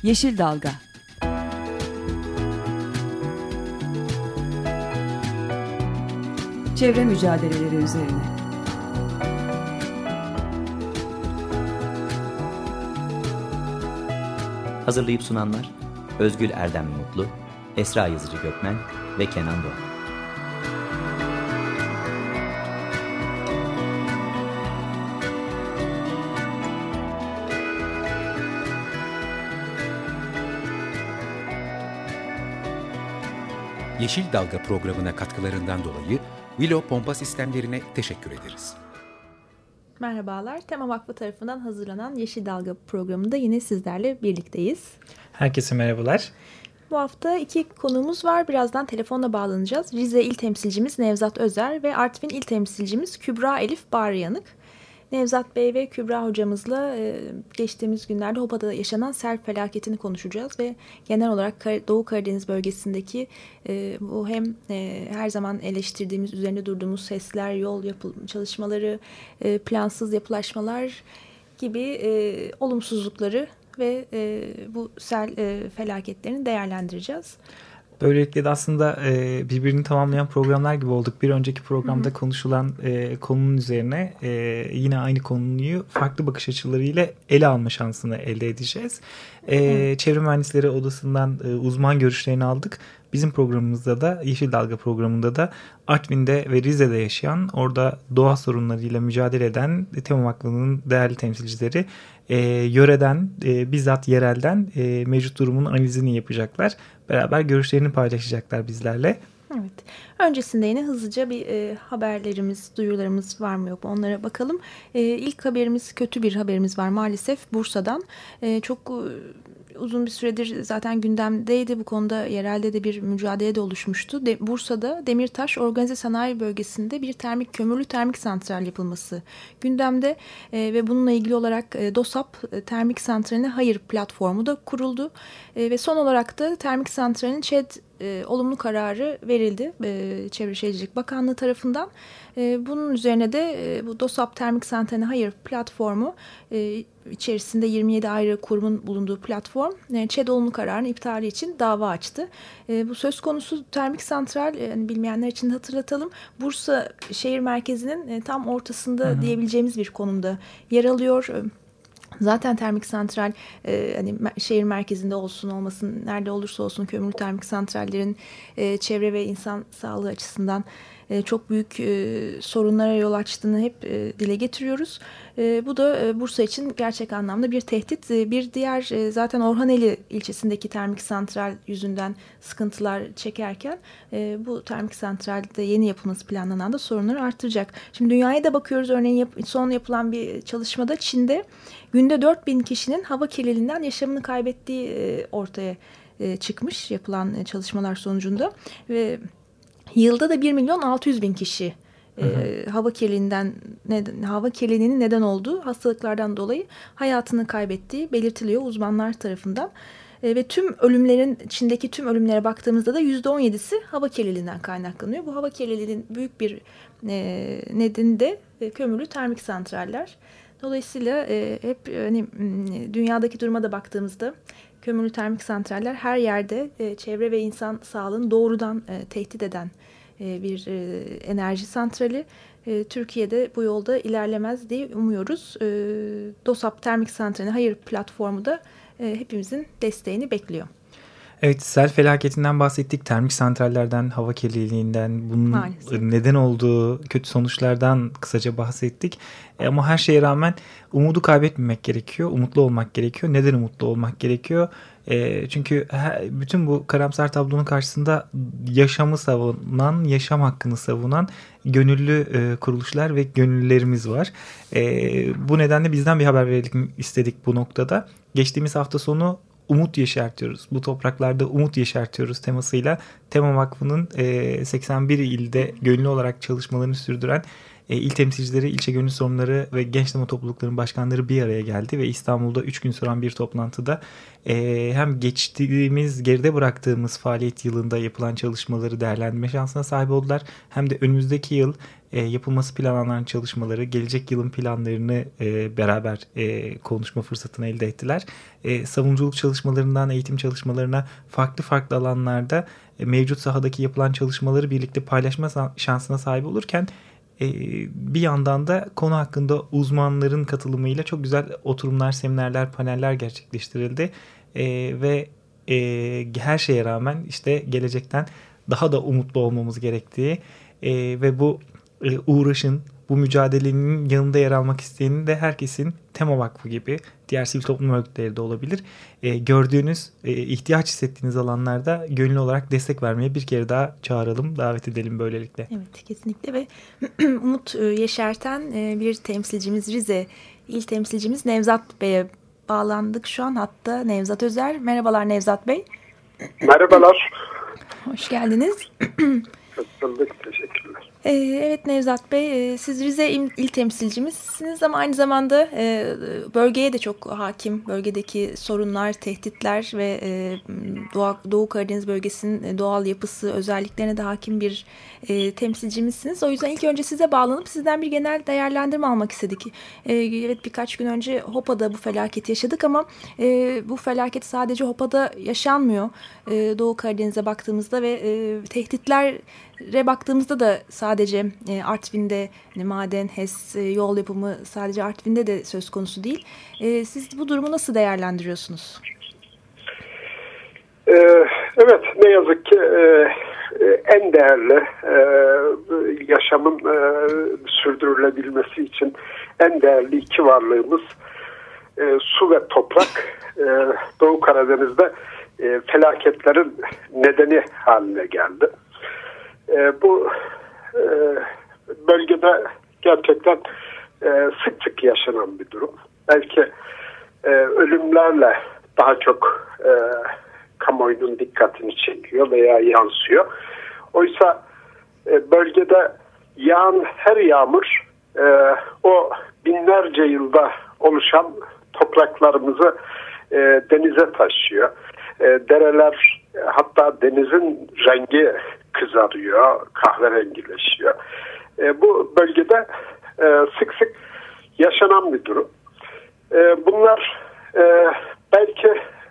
Yeşil Dalga. Çevre mücadeleleri üzerine. Hazırlayıp sunanlar Özgül Erdem Mutlu, Esra Yazıcı Gökmen ve Kenan Doğan. Yeşil Dalga programına katkılarından dolayı Willow Pompa Sistemlerine teşekkür ederiz. Merhabalar, Tema Vakfı tarafından hazırlanan Yeşil Dalga programında yine sizlerle birlikteyiz. Herkese merhabalar. Bu hafta iki konuğumuz var. Birazdan telefonla bağlanacağız. Rize İl Temsilcimiz Nevzat Özer ve Artvin İl Temsilcimiz Kübra Elif Bağrıyanık. Nevzat Bey ve Kübra hocamızla geçtiğimiz günlerde Hopa'da yaşanan sel felaketini konuşacağız ve genel olarak Doğu Karadeniz bölgesindeki bu hem her zaman eleştirdiğimiz, üzerinde durduğumuz sesler, yol çalışmaları, plansız yapılaşmalar gibi olumsuzlukları ve bu sel felaketlerini değerlendireceğiz. Böylelikle de aslında birbirini tamamlayan programlar gibi olduk. Bir önceki programda konuşulan konunun üzerine yine aynı konuyu farklı bakış açılarıyla ele alma şansını elde edeceğiz. Çevre Mühendisleri Odası'ndan uzman görüşlerini aldık. Bizim programımızda da, Yeşil Dalga programında da Artvin'de ve Rize'de yaşayan, orada doğa sorunlarıyla mücadele eden Tema Vakfı'nın değerli temsilcileri yöreden, bizzat yerelden mevcut durumun analizini yapacaklar. Beraber görüşlerini paylaşacaklar bizlerle. Evet. Öncesinde yine hızlıca bir haberlerimiz, duyurularımız var mı yok mu onlara bakalım. İlk haberimiz, kötü bir haberimiz var maalesef Bursa'dan. Çok uzun bir süredir zaten gündemdeydi. Bu konuda yerelde de bir mücadele de oluşmuştu. Bursa'da Demirtaş Organize Sanayi Bölgesi'nde bir kömürlü termik santral yapılması gündemde ve bununla ilgili olarak DOSAP termik santraline hayır platformu da kuruldu. Ve son olarak da termik santralin ÇED olumlu kararı verildi Çevre Şehircilik Bakanlığı tarafından. Bunun üzerine de bu DOSAP Termik Santraline Hayır platformu içerisinde 27 ayrı kurumun bulunduğu platform ÇED olumlu kararının iptali için dava açtı. Bu söz konusu termik santral, yani bilmeyenler için hatırlatalım, Bursa şehir merkezinin tam ortasında diyebileceğimiz bir konumda yer alıyor. Zaten termik santral hani şehir merkezinde olsun olmasın, nerede olursa olsun kömürlü termik santrallerin çevre ve insan sağlığı açısından çok büyük sorunlara yol açtığını hep dile getiriyoruz. Bu da Bursa için gerçek anlamda bir tehdit. Bir diğer zaten Orhaneli ilçesindeki termik santral yüzünden sıkıntılar çekerken bu termik santralde yeni yapılması planlanan da sorunları artıracak. Şimdi dünyaya da bakıyoruz. Örneğin son yapılan bir çalışmada Çin'de günde 4000 kişinin hava kirliliğinden yaşamını kaybettiği ortaya çıkmış yapılan çalışmalar sonucunda ve yılda da 1.600.000 kişi hava kirliliğinin neden olduğu hastalıklardan dolayı hayatını kaybettiği belirtiliyor uzmanlar tarafından. Ve Çin'deki tüm ölümlere baktığımızda da %17'si hava kirliliğinden kaynaklanıyor. Bu hava kirliliğinin büyük bir nedeni de kömürlü termik santraller. Dolayısıyla hep hani dünyadaki duruma da baktığımızda kömürlü termik santraller her yerde çevre ve insan sağlığını doğrudan tehdit eden bir enerji santrali. Türkiye'de bu yolda ilerlemez diye umuyoruz. DOSAP Termik Santrali Hayır platformu da hepimizin desteğini bekliyor. Evet, sel felaketinden bahsettik. Termik santrallerden, hava kirliliğinden, bunun maalesef neden olduğu kötü sonuçlardan kısaca bahsettik. Ama her şeye rağmen umudu kaybetmemek gerekiyor. Umutlu olmak gerekiyor. Neden umutlu olmak gerekiyor? Çünkü bütün bu karamsar tablonun karşısında yaşamı savunan, yaşam hakkını savunan gönüllü kuruluşlar ve gönüllülerimiz var. Bu nedenle bizden bir haber verelim istedik bu noktada. Geçtiğimiz hafta sonu umut yeşertiyoruz. Bu topraklarda umut yeşertiyoruz temasıyla Tema Vakfı'nın 81 ilde gönüllü olarak çalışmalarını sürdüren il temsilcileri, ilçe gönüllü sorunları ve gençleme topluluklarının başkanları bir araya geldi ve İstanbul'da 3 gün süren bir toplantıda hem geride bıraktığımız faaliyet yılında yapılan çalışmaları değerlendirme şansına sahip oldular, hem de önümüzdeki yıl yapılması planlanan çalışmaları, gelecek yılın planlarını beraber konuşma fırsatını elde ettiler. Savunuculuk çalışmalarından eğitim çalışmalarına farklı alanlarda mevcut sahadaki yapılan çalışmaları birlikte paylaşma şansına sahip olurken bir yandan da konu hakkında uzmanların katılımıyla çok güzel oturumlar, seminerler, paneller gerçekleştirildi. Ve her şeye rağmen işte gelecekten daha da umutlu olmamız gerektiği ve bu uğraşın, bu mücadelenin yanında yer almak isteyenin de herkesin Tema Vakfı gibi diğer sivil toplum örgütleri de olabilir. Gördüğünüz, ihtiyaç hissettiğiniz alanlarda gönüllü olarak destek vermeye bir kere daha çağıralım, davet edelim böylelikle. Evet, kesinlikle ve umut yeşerten bir temsilcimiz, Rize İl Temsilcimiz Nevzat Bey'e bağlandık şu an. Hatta Nevzat Özer. Merhabalar Nevzat Bey. Merhabalar. Hoş geldiniz. Hoş bulduk. Teşekkürler. Evet Nevzat Bey, siz Rize İl Temsilcimizsiniz ama aynı zamanda bölgeye de çok hakim. Bölgedeki sorunlar, tehditler ve Doğu Karadeniz bölgesinin doğal yapısı, özelliklerine de hakim bir temsilcimizsiniz. O yüzden ilk önce size bağlanıp sizden bir genel değerlendirme almak istedik. Evet, birkaç gün önce Hopa'da bu felaketi yaşadık ama bu felaket sadece Hopa'da yaşanmıyor. Doğu Karadeniz'e baktığımızda ve tehditlere baktığımızda da sadece Artvin'de maden, HES, yol yapımı sadece Artvin'de de söz konusu değil. Siz bu durumu nasıl değerlendiriyorsunuz? Evet, ne yazık ki en değerli yaşamın sürdürülebilmesi için en değerli iki varlığımız su ve toprak Doğu Karadeniz'de felaketlerin nedeni haline geldi. Bu bölgede gerçekten sık sık yaşanan bir durum. Belki ölümlerle daha çok kamuoyunun dikkatini çekiyor veya yansıyor. Oysa bölgede yağan her yağmur o binlerce yılda oluşan topraklarımızı denize taşıyor. Dereler, hatta denizin rengi kızarıyor, kahverengileşiyor. Bu bölgede sık sık yaşanan bir durum. Bunlar belki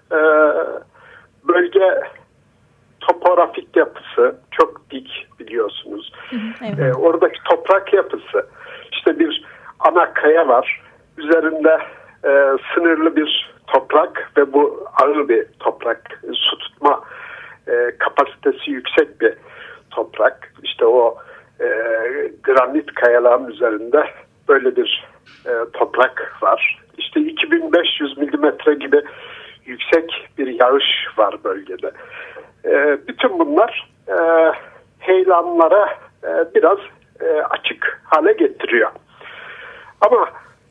bölge topografik yapısı çok dik, biliyorsunuz. Evet. Oradaki toprak yapısı, işte bir ana kaya var. Üzerinde sınırlı bir toprak ve bu ağır bir toprak, su tutma kapasitesi yüksek bir toprak. İşte o granit kayaların üzerinde böyle bir toprak var. İşte 2500 milimetre gibi yüksek bir yağış var bölgede. Bütün bunlar heyelanlara biraz açık hale getiriyor. Ama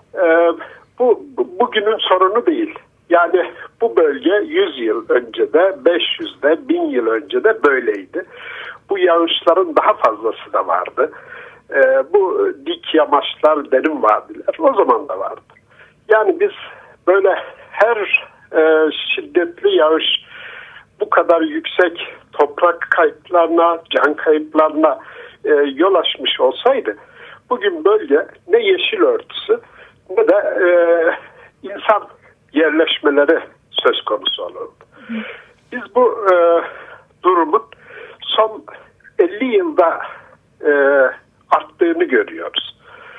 bu bugünün sorunu değil. Yani bu bölge 100 yıl önce de, 500'de, 1000 yıl önce de böyleydi. Bu yağışların daha fazlası da vardı. Bu dik yamaçlar, derin vadiler o zaman da vardı. Yani biz böyle her şiddetli yağış bu kadar yüksek toprak kayıplarına, can kayıplarına yol açmış olsaydı bugün bölge ne yeşil örtüsü ne de insan yerleşmeleri söz konusu olurdu. Biz bu durumun son 50 yılda arttığını görüyoruz.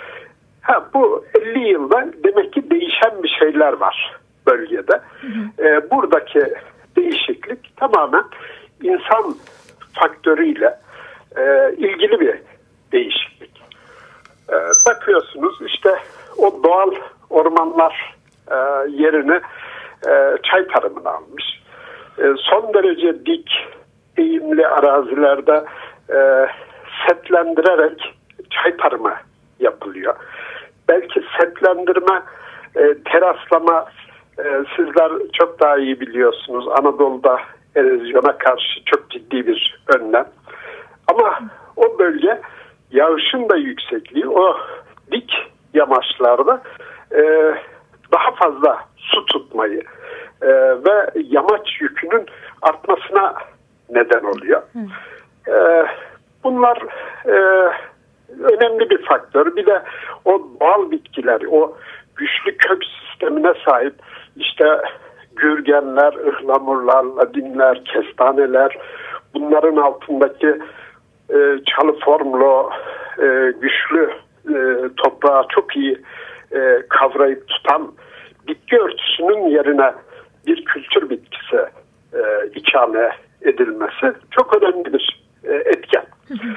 Bu 50 yılda demek ki değişen bir şeyler var bölgede. Buradaki değişiklik tamamen insan faktörüyle ilgili bir değişiklik. Bakıyorsunuz işte o doğal ormanlar yerine çay tarımını almış. Son derece dik, eğimli arazilerde setlendirerek çay tarımı yapılıyor. Belki setlendirme, teraslama sizler çok daha iyi biliyorsunuz. Anadolu'da erozyona karşı çok ciddi bir önlem. Ama o bölge yağışın da yüksekliği, o dik yamaçlarda daha fazla su tutmayı ve yamaç yükünün artmasına neden oluyor. Bunlar önemli bir faktör. Bir de o doğal bitkiler, o güçlü kök sistemine sahip işte gürgenler, ıhlamurlar, ladinler, kestaneler, bunların altındaki çalıformlu, güçlü toprağı çok iyi kavrayıp tutan bitki örtüsünün yerine bir kültür bitkisi ikame edilmesi çok önemli bir etken.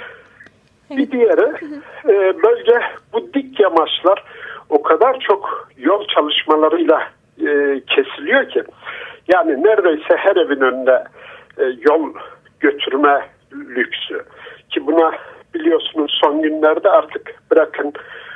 Bir diğeri bölge bu dik yamaçlar o kadar çok yol çalışmalarıyla kesiliyor ki yani neredeyse her evin önünde yol götürme lüksü ki buna biliyorsunuz son günlerde artık bırakın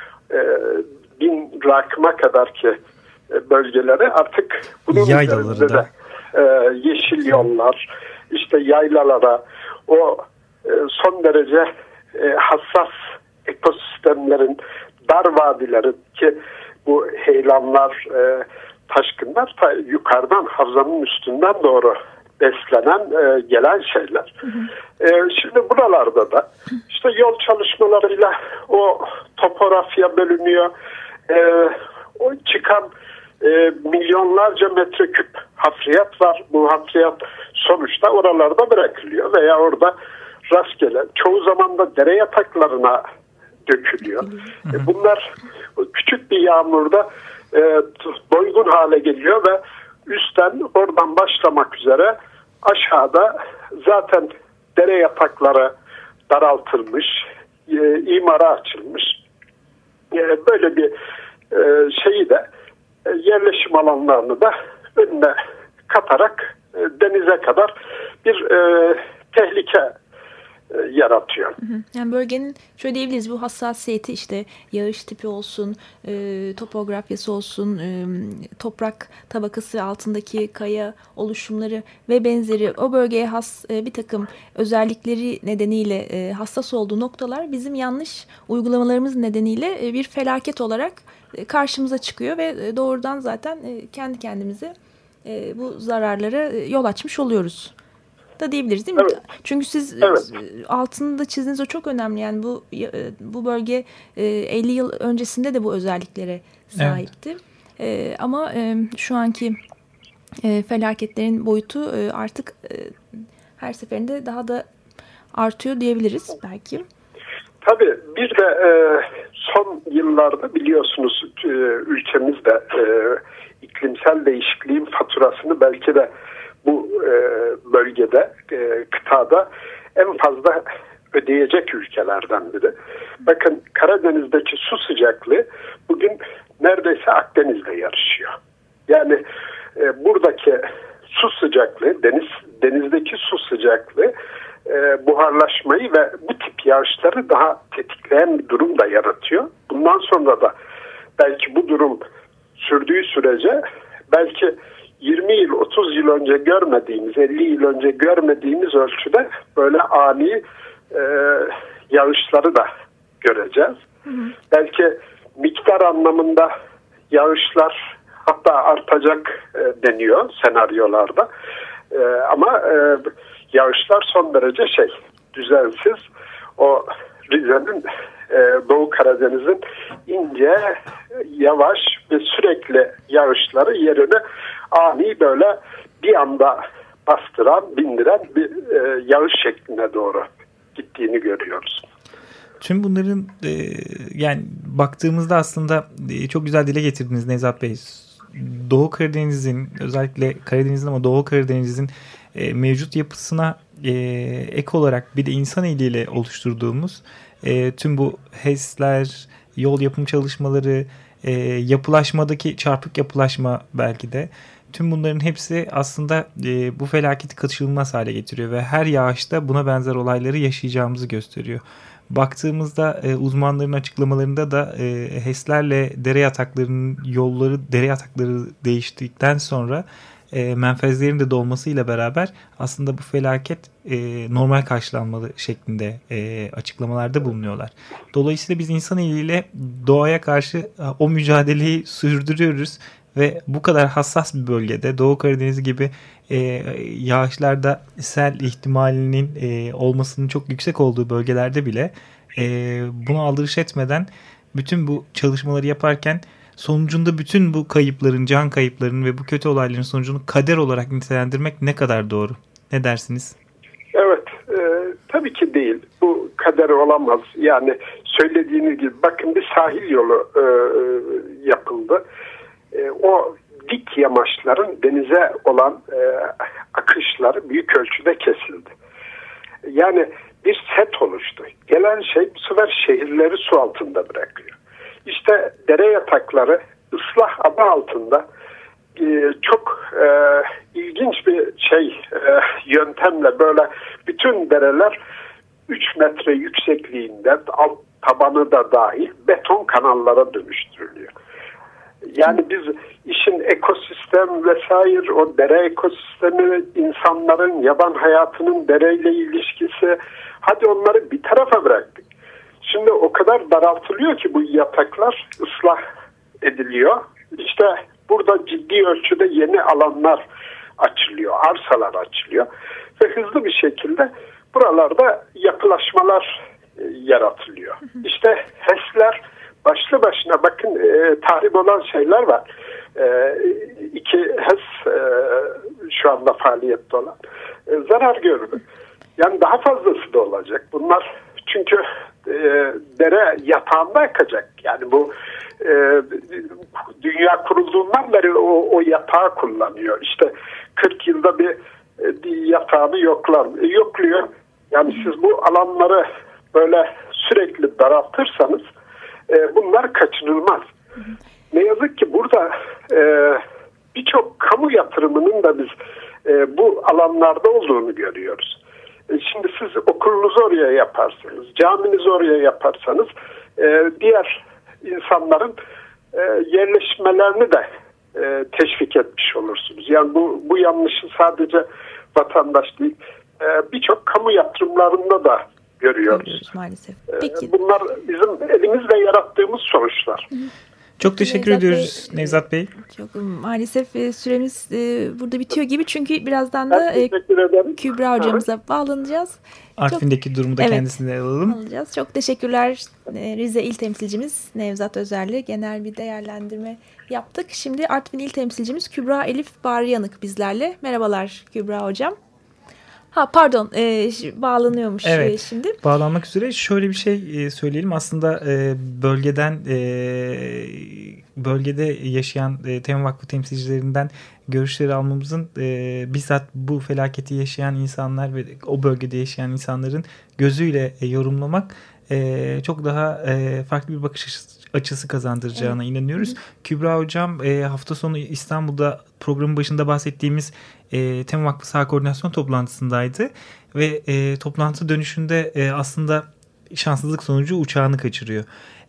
1000 rakıma kadar ki bölgeleri artık bunun üzerinde de yeşil yollar işte yaylalara o son derece hassas ekosistemlerin dar vadileri ki bu heyelanlar taşkınlar yukarıdan havzanın üstünden doğru beslenen gelen şeyler. Şimdi buralarda da işte yol çalışmalarıyla o topografya bölünüyor. O çıkan milyonlarca metreküp hafriyat var. Bu hafriyat sonuçta oralarda bırakılıyor veya orada rastgele çoğu zaman da dere yataklarına dökülüyor. Bunlar küçük bir yağmurda doygun hale geliyor ve üstten oradan başlamak üzere aşağıda zaten dere yatakları daraltılmış, imara açılmış. Böyle bir şeyi de yerleşim alanlarını da önüne katarak denize kadar bir tehlike yaratıyor. Yani bölgenin şöyle diyebiliriz, bu hassasiyeti işte yağış tipi olsun, topografyası olsun, toprak tabakası altındaki kaya oluşumları ve benzeri o bölgeye has bir takım özellikleri nedeniyle hassas olduğu noktalar bizim yanlış uygulamalarımız nedeniyle bir felaket olarak karşımıza çıkıyor ve doğrudan zaten kendi kendimize bu zararlara yol açmış oluyoruz da diyebiliriz değil mi? Evet. Çünkü siz altında çizdiğiniz o çok önemli. Yani bu bölge 50 yıl öncesinde de bu özelliklere sahipti. Evet. Ama şu anki felaketlerin boyutu artık her seferinde daha da artıyor diyebiliriz belki. Tabii bir de son yıllarda biliyorsunuz ülkemizde iklimsel değişikliğin faturasını belki de bu bölgede, kıtada en fazla ödeyecek ülkelerden biri. Bakın Karadeniz'deki su sıcaklığı bugün neredeyse Akdeniz'de yarışıyor. Yani buradaki su sıcaklığı, denizdeki su sıcaklığı buharlaşmayı ve bu tip yağışları daha tetikleyen bir durum da yaratıyor. Bundan sonra da belki bu durum sürdüğü sürece belki 20 yıl, 30 yıl önce görmediğimiz, 50 yıl önce görmediğimiz ölçüde böyle ani yağışları da göreceğiz. Belki miktar anlamında yağışlar hatta artacak deniyor senaryolarda. Ama yağışlar son derece düzensiz. O Rize'nin, Doğu Karadeniz'in ince, yavaş ve sürekli yağışları yerini ani böyle bir anda bastıran, bindiren bir yağış şekline doğru gittiğini görüyoruz. Tüm bunların yani baktığımızda aslında çok güzel dile getirdiniz Nevzat Bey. Doğu Karadeniz'in, özellikle Karadeniz'in ama Doğu Karadeniz'in mevcut yapısına ek olarak bir de insan eliyle oluşturduğumuz tüm bu HES'ler, yol yapım çalışmaları, yapılaşmadaki çarpık yapılaşma belki de tüm bunların hepsi aslında bu felaketi kaçınılmaz hale getiriyor ve her yağışta buna benzer olayları yaşayacağımızı gösteriyor. Baktığımızda uzmanların açıklamalarında da HES'lerle dere yatakları değiştikten sonra menfezlerin de dolmasıyla beraber aslında bu felaket normal karşılanmalı şeklinde açıklamalarda bulunuyorlar. Dolayısıyla biz insan eliyle doğaya karşı o mücadeleyi sürdürüyoruz ve bu kadar hassas bir bölgede Doğu Karadeniz gibi yağışlarda sel ihtimalinin olmasının çok yüksek olduğu bölgelerde bile buna aldırış etmeden bütün bu çalışmaları yaparken sonucunda bütün bu kayıpların, can kayıplarının ve bu kötü olayların sonucunu kader olarak nitelendirmek ne kadar doğru? Ne dersiniz? Evet, tabii ki değil. Bu kader olamaz. Yani söylediğiniz gibi bakın bir sahil yolu yapıldı. O dik yamaçların denize olan akışları büyük ölçüde kesildi. Yani bir set oluştu. Gelen şey bu sefer şehirleri su altında bırakıyor. İşte dere yatakları ıslah adı altında çok ilginç bir yöntemle böyle bütün dereler 3 metre yüksekliğinde alt tabanı da dahil beton kanallara dönüştürülüyor. Yani biz işin ekosistem vesaire, o dere ekosistemi, insanların yaban hayatının dereyle ilişkisi, hadi onları bir tarafa bıraktık. Şimdi o kadar daraltılıyor ki bu yataklar ıslah ediliyor. İşte burada ciddi ölçüde yeni alanlar açılıyor, arsalar açılıyor ve hızlı bir şekilde buralarda yapılaşmalar yaratılıyor. İşte HES'ler başlı başına bakın tahrip olan şeyler var. 2 HES şu anda faaliyette olan zarar gördü. Yani daha fazlası da olacak. Bunlar çünkü dere yatağında akacak. Yani bu dünya kurulduğundan beri o yatağı kullanıyor. İşte 40 yılda bir yatağını yokluyor. Yani siz bu alanları böyle sürekli daraltırsanız bunlar kaçınılmaz. Ne yazık ki burada birçok kamu yatırımının da biz bu alanlarda olduğunu görüyoruz. Şimdi siz okulunuzu oraya yaparsanız, caminizi oraya yaparsanız diğer insanların yerleşmelerini de teşvik etmiş olursunuz. Yani bu yanlışı sadece vatandaş değil, birçok kamu yatırımlarında da görüyoruz maalesef. Peki. Bunlar bizim elimizle yarattığımız sonuçlar. Çok teşekkür ediyoruz Nevzat Bey. Çok maalesef süremiz burada bitiyor gibi, çünkü birazdan da Kübra hocamıza bağlanacağız. Artvin'deki durumu da kendisinden alalım. Alacağız. Çok teşekkürler. Rize İl Temsilcimiz Nevzat Özer'le genel bir değerlendirme yaptık. Şimdi Artvin İl Temsilcimiz Kübra Elif Bağrıyanık bizlerle. Merhabalar Kübra hocam. Pardon, bağlanıyormuş şimdi. Bağlanmak üzere. Şöyle bir şey söyleyelim. Aslında bölgede yaşayan Tema Vakfı temsilcilerinden görüşleri almamızın bizzat bu felaketi yaşayan insanlar ve o bölgede yaşayan insanların gözüyle yorumlamak çok daha farklı bir bakış açısı kazandıracağına inanıyoruz. Kübra hocam hafta sonu İstanbul'da programın başında bahsettiğimiz Tema Vakfı Saha Koordinasyon toplantısındaydı ve toplantı dönüşünde aslında şanssızlık sonucu uçağını kaçırıyor.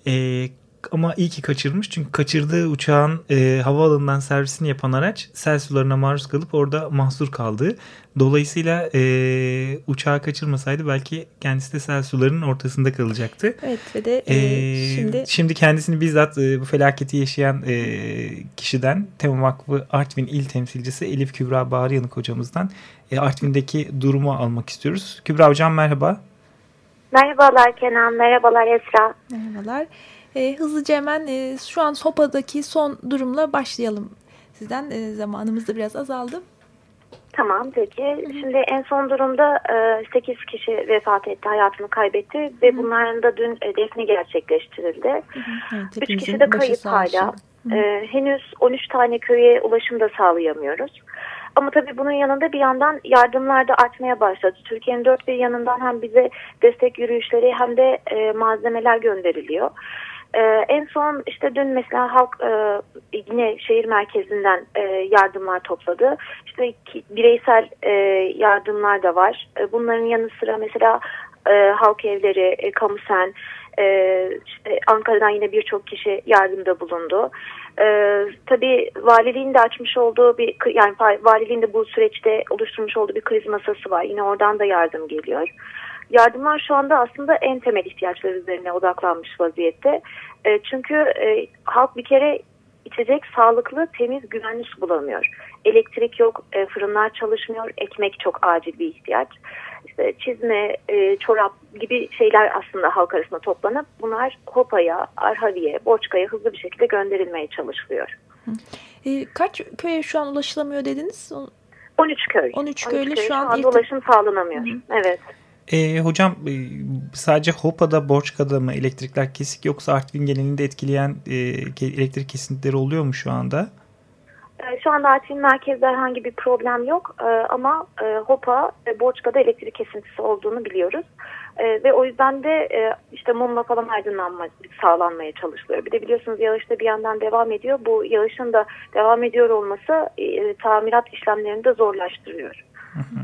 Ama iyi ki kaçırmış, çünkü kaçırdığı uçağın havaalanından servisini yapan araç sel sularına maruz kalıp orada mahsur kaldı. Dolayısıyla uçağı kaçırmasaydı belki kendisi de sel sularının ortasında kalacaktı. Evet ve de şimdi kendisini bizzat bu felaketi yaşayan kişiden, Tema Vakfı Artvin İl Temsilcisi Elif Kübra Bağrıyanık hocamızdan Artvin'deki durumu almak istiyoruz. Kübra hocam merhaba. Merhabalar Kenan, merhabalar Esra. Merhabalar. Hızlıca hemen şu an Sopa'daki son durumla başlayalım. Sizden zamanımız da biraz azaldı. Tamam peki. Şimdi en son durumda 8 kişi vefat etti, hayatını kaybetti ve bunların da dün defni gerçekleştirildi. Evet, 3 kişi de kayıp hala. Henüz 13 tane köye ulaşım da sağlayamıyoruz. Ama tabii bunun yanında bir yandan yardımlar da artmaya başladı. Türkiye'nin dört bir yanından hem bize destek yürüyüşleri hem de malzemeler gönderiliyor. En son işte dün mesela halk yine şehir merkezinden yardımlar topladı. İşte bireysel yardımlar da var. Bunların yanı sıra mesela halk evleri, kamusen, işte Ankara'dan yine birçok kişi yardımda bulundu. Tabii valiliğin de açmış olduğu valiliğin de bu süreçte oluşturmuş olduğu bir kriz masası var. Yine oradan da yardım geliyor. Yardımlar şu anda aslında en temel ihtiyaçlar üzerine odaklanmış vaziyette. Çünkü halk bir kere içecek sağlıklı, temiz, güvenli su bulamıyor. Elektrik yok, fırınlar çalışmıyor, ekmek çok acil bir ihtiyaç. işte çizme, çorap gibi şeyler aslında halk arasında toplanıp bunlar Hopa'ya, Arhavi'ye, Borçka'ya hızlı bir şekilde gönderilmeye çalışılıyor. Kaç köye şu an ulaşılamıyor dediniz? 13 köy. 13 köyle şu an ulaşım sağlanamıyor. Evet. Hocam sadece Hopa'da, Borçka'da mı elektrikler kesik, yoksa Artvin genelinde etkileyen elektrik kesintileri oluyor mu şu anda? Şu anda Artvin merkezde herhangi bir problem yok ama Hopa ve Borçka'da elektrik kesintisi olduğunu biliyoruz. Ve o yüzden de işte mumla falan aydınlanma sağlanmaya çalışılıyor. Bir de biliyorsunuz yağış da bir yandan devam ediyor. Bu yağışın da devam ediyor olması tamirat işlemlerini de zorlaştırıyor. Hı hı.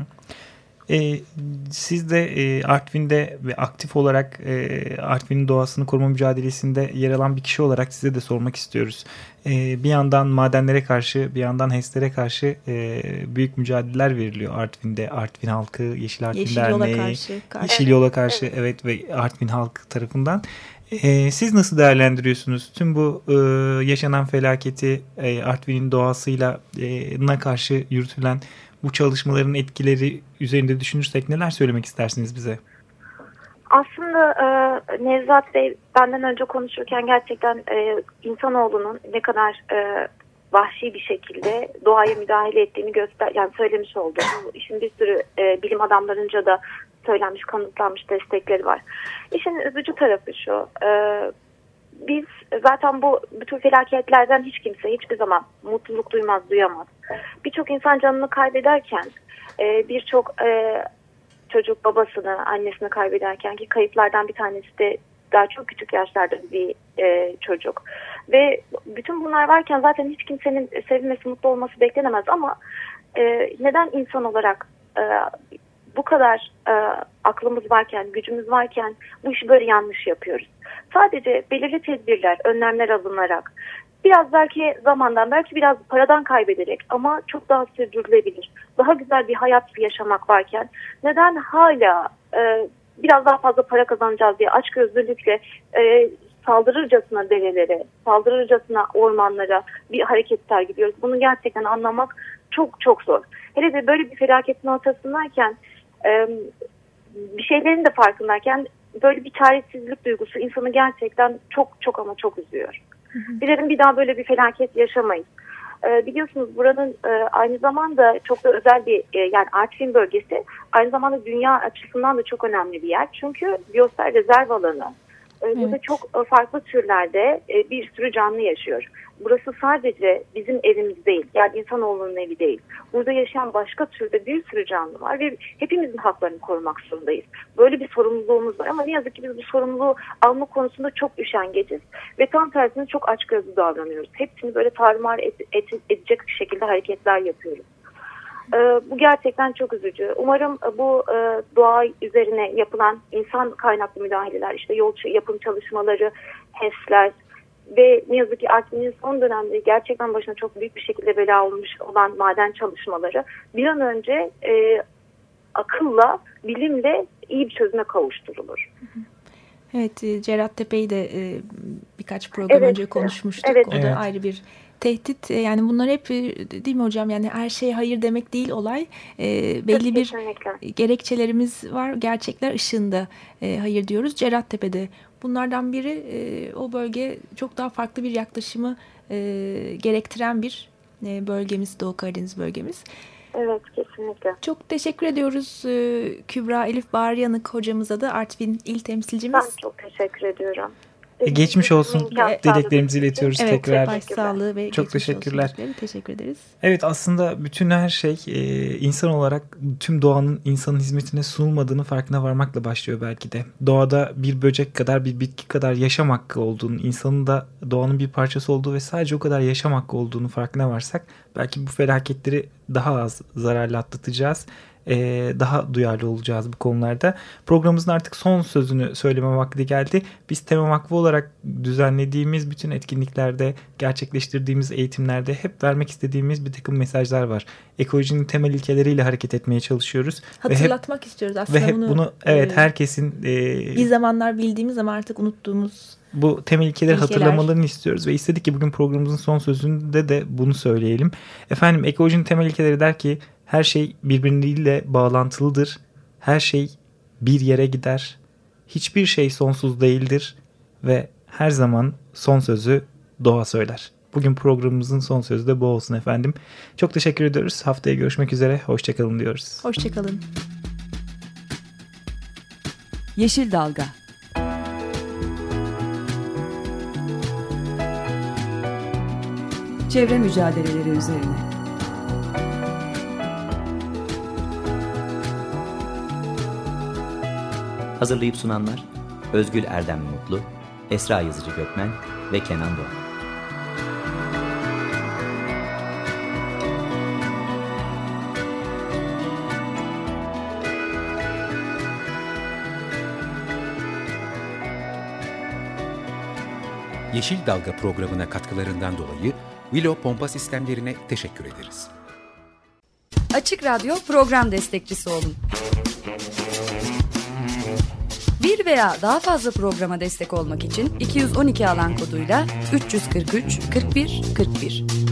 Siz de Artvin'de ve aktif olarak Artvin'in doğasını koruma mücadelesinde yer alan bir kişi olarak size de sormak istiyoruz. Bir yandan madenlere karşı, bir yandan HES'lere karşı büyük mücadeleler veriliyor Artvin'de. Artvin halkı, Yeşil Artvin Derneği, Yeşil Yola karşı evet ve Artvin halkı tarafından. Siz nasıl değerlendiriyorsunuz tüm bu yaşanan felaketi, Artvin'in doğasıyla karşı yürütülen bu çalışmaların etkileri üzerinde düşünürsek neler söylemek istersiniz bize? Aslında Nevzat Bey benden önce konuşurken gerçekten insanoğlunun ne kadar vahşi bir şekilde doğaya müdahale ettiğini söylemiş oldu. Bu işin bir sürü bilim adamlarınca da söylenmiş, kanıtlanmış destekleri var. İşin üzücü tarafı şu. Biz zaten bu bütün felaketlerden hiç kimse hiçbir zaman mutluluk duyamaz. Birçok insan canını kaybederken, birçok çocuk babasını, annesini kaybederken, ki kayıplardan bir tanesi de daha çok küçük yaşlarda bir çocuk. Ve bütün bunlar varken zaten hiç kimsenin sevinmesi, mutlu olması beklenemez ama neden insan olarak bu kadar aklımız varken, gücümüz varken bu işi böyle yanlış yapıyoruz? Sadece belirli tedbirler, önlemler alınarak, biraz belki zamandan, belki biraz paradan kaybederek ama çok daha sürdürülebilir, daha güzel bir hayat yaşamak varken neden hala biraz daha fazla para kazanacağız diye açgözlülükle saldırırcasına derelere, saldırırcasına ormanlara bir hareket sergiliyoruz? Bunu gerçekten anlamak çok çok zor. Hele de böyle bir felaketin ortasındayken, bir şeylerin de farkındayken böyle bir çaresizlik duygusu insanı gerçekten çok çok ama çok üzüyor. Dilerim bir daha böyle bir felaket yaşamayız. Biliyorsunuz buranın aynı zamanda çok da özel bir yani Artvin bölgesi aynı zamanda dünya açısından da çok önemli bir yer. Çünkü biyosfer rezerv alanı. Burada çok farklı türlerde bir sürü canlı yaşıyor. Burası sadece bizim evimiz değil. Yani insanoğlunun evi değil. Burada yaşayan başka türde bir sürü canlı var ve hepimizin haklarını korumak zorundayız. Böyle bir sorumluluğumuz var ama ne yazık ki biz bu sorumluluğu alma konusunda çok üşengeciz ve tam tersine çok açgözlü davranıyoruz. Hepsini böyle tarumar edecek şekilde hareketler yapıyoruz. Bu gerçekten çok üzücü. Umarım bu doğa üzerine yapılan insan kaynaklı müdahaleler, işte yol yapım çalışmaları, HES'ler ve ne yazık ki Artvin'in son dönemde gerçekten başına çok büyük bir şekilde bela olmuş olan maden çalışmaları bir an önce akılla, bilimle iyi bir çözüme kavuşturulur. Evet, Cerattepe'yi de birkaç program önce konuşmuştuk. Evet. O da ayrı bir tehdit. Yani bunlar hep değil mi hocam? Yani her şeye hayır demek değil olay. Belli bir gerekçelerimiz var. Gerçekler ışığında hayır diyoruz. Cerattepe'de bunlardan biri o bölge çok daha farklı bir yaklaşımı gerektiren bir bölgemiz. Doğu Karadeniz bölgemiz. Evet, kesinlikle. Çok teşekkür ediyoruz Kübra Elif Bağıryanık hocamıza da, Artvin il temsilcimiz. Ben çok teşekkür ediyorum. Geçmiş olsun dileklerimizi iletiyoruz tekrar. Evet, sağlığı ve çok teşekkürler. Teşekkür ederiz. Evet, aslında bütün her şey insan olarak tüm doğanın insanın hizmetine sunulmadığını farkına varmakla başlıyor belki de. Doğada bir böcek kadar, bir bitki kadar yaşam hakkı olduğunu, insanın da doğanın bir parçası olduğu ve sadece o kadar yaşam hakkı olduğunu farkına varsak belki bu felaketleri daha az zararlı atlatacağız. Daha duyarlı olacağız bu konularda. Programımızın artık son sözünü söyleme vakti geldi. Biz Tema Vakfı olarak düzenlediğimiz bütün etkinliklerde, gerçekleştirdiğimiz eğitimlerde hep vermek istediğimiz bir takım mesajlar var. Ekolojinin temel ilkeleriyle hareket etmeye çalışıyoruz. Hatırlatmak istiyoruz aslında. Ve hep bunu herkesin bir zamanlar bildiğimiz ama artık unuttuğumuz bu temel ilkeleri hatırlamalarını istiyoruz ve istedik ki bugün programımızın son sözünde de bunu söyleyelim. Efendim, ekolojinin temel ilkeleri der ki her şey birbiriyle bağlantılıdır. Her şey bir yere gider. Hiçbir şey sonsuz değildir ve her zaman son sözü doğa söyler. Bugün programımızın son sözü de bu olsun efendim. Çok teşekkür ediyoruz. Haftaya görüşmek üzere. Hoşçakalın diyoruz. Hoşçakalın. Yeşil Dalga. Çevre mücadeleleri üzerine. Hazırlayıp sunanlar Özgül Erdem Mutlu, Esra Yazıcı Gökmen ve Kenan Doğan. Yeşil Dalga programına katkılarından dolayı Willow Pompa Sistemlerine teşekkür ederiz. Açık Radyo program destekçisi olun. Bir veya daha fazla programa destek olmak için 212 alan koduyla 343 41 41.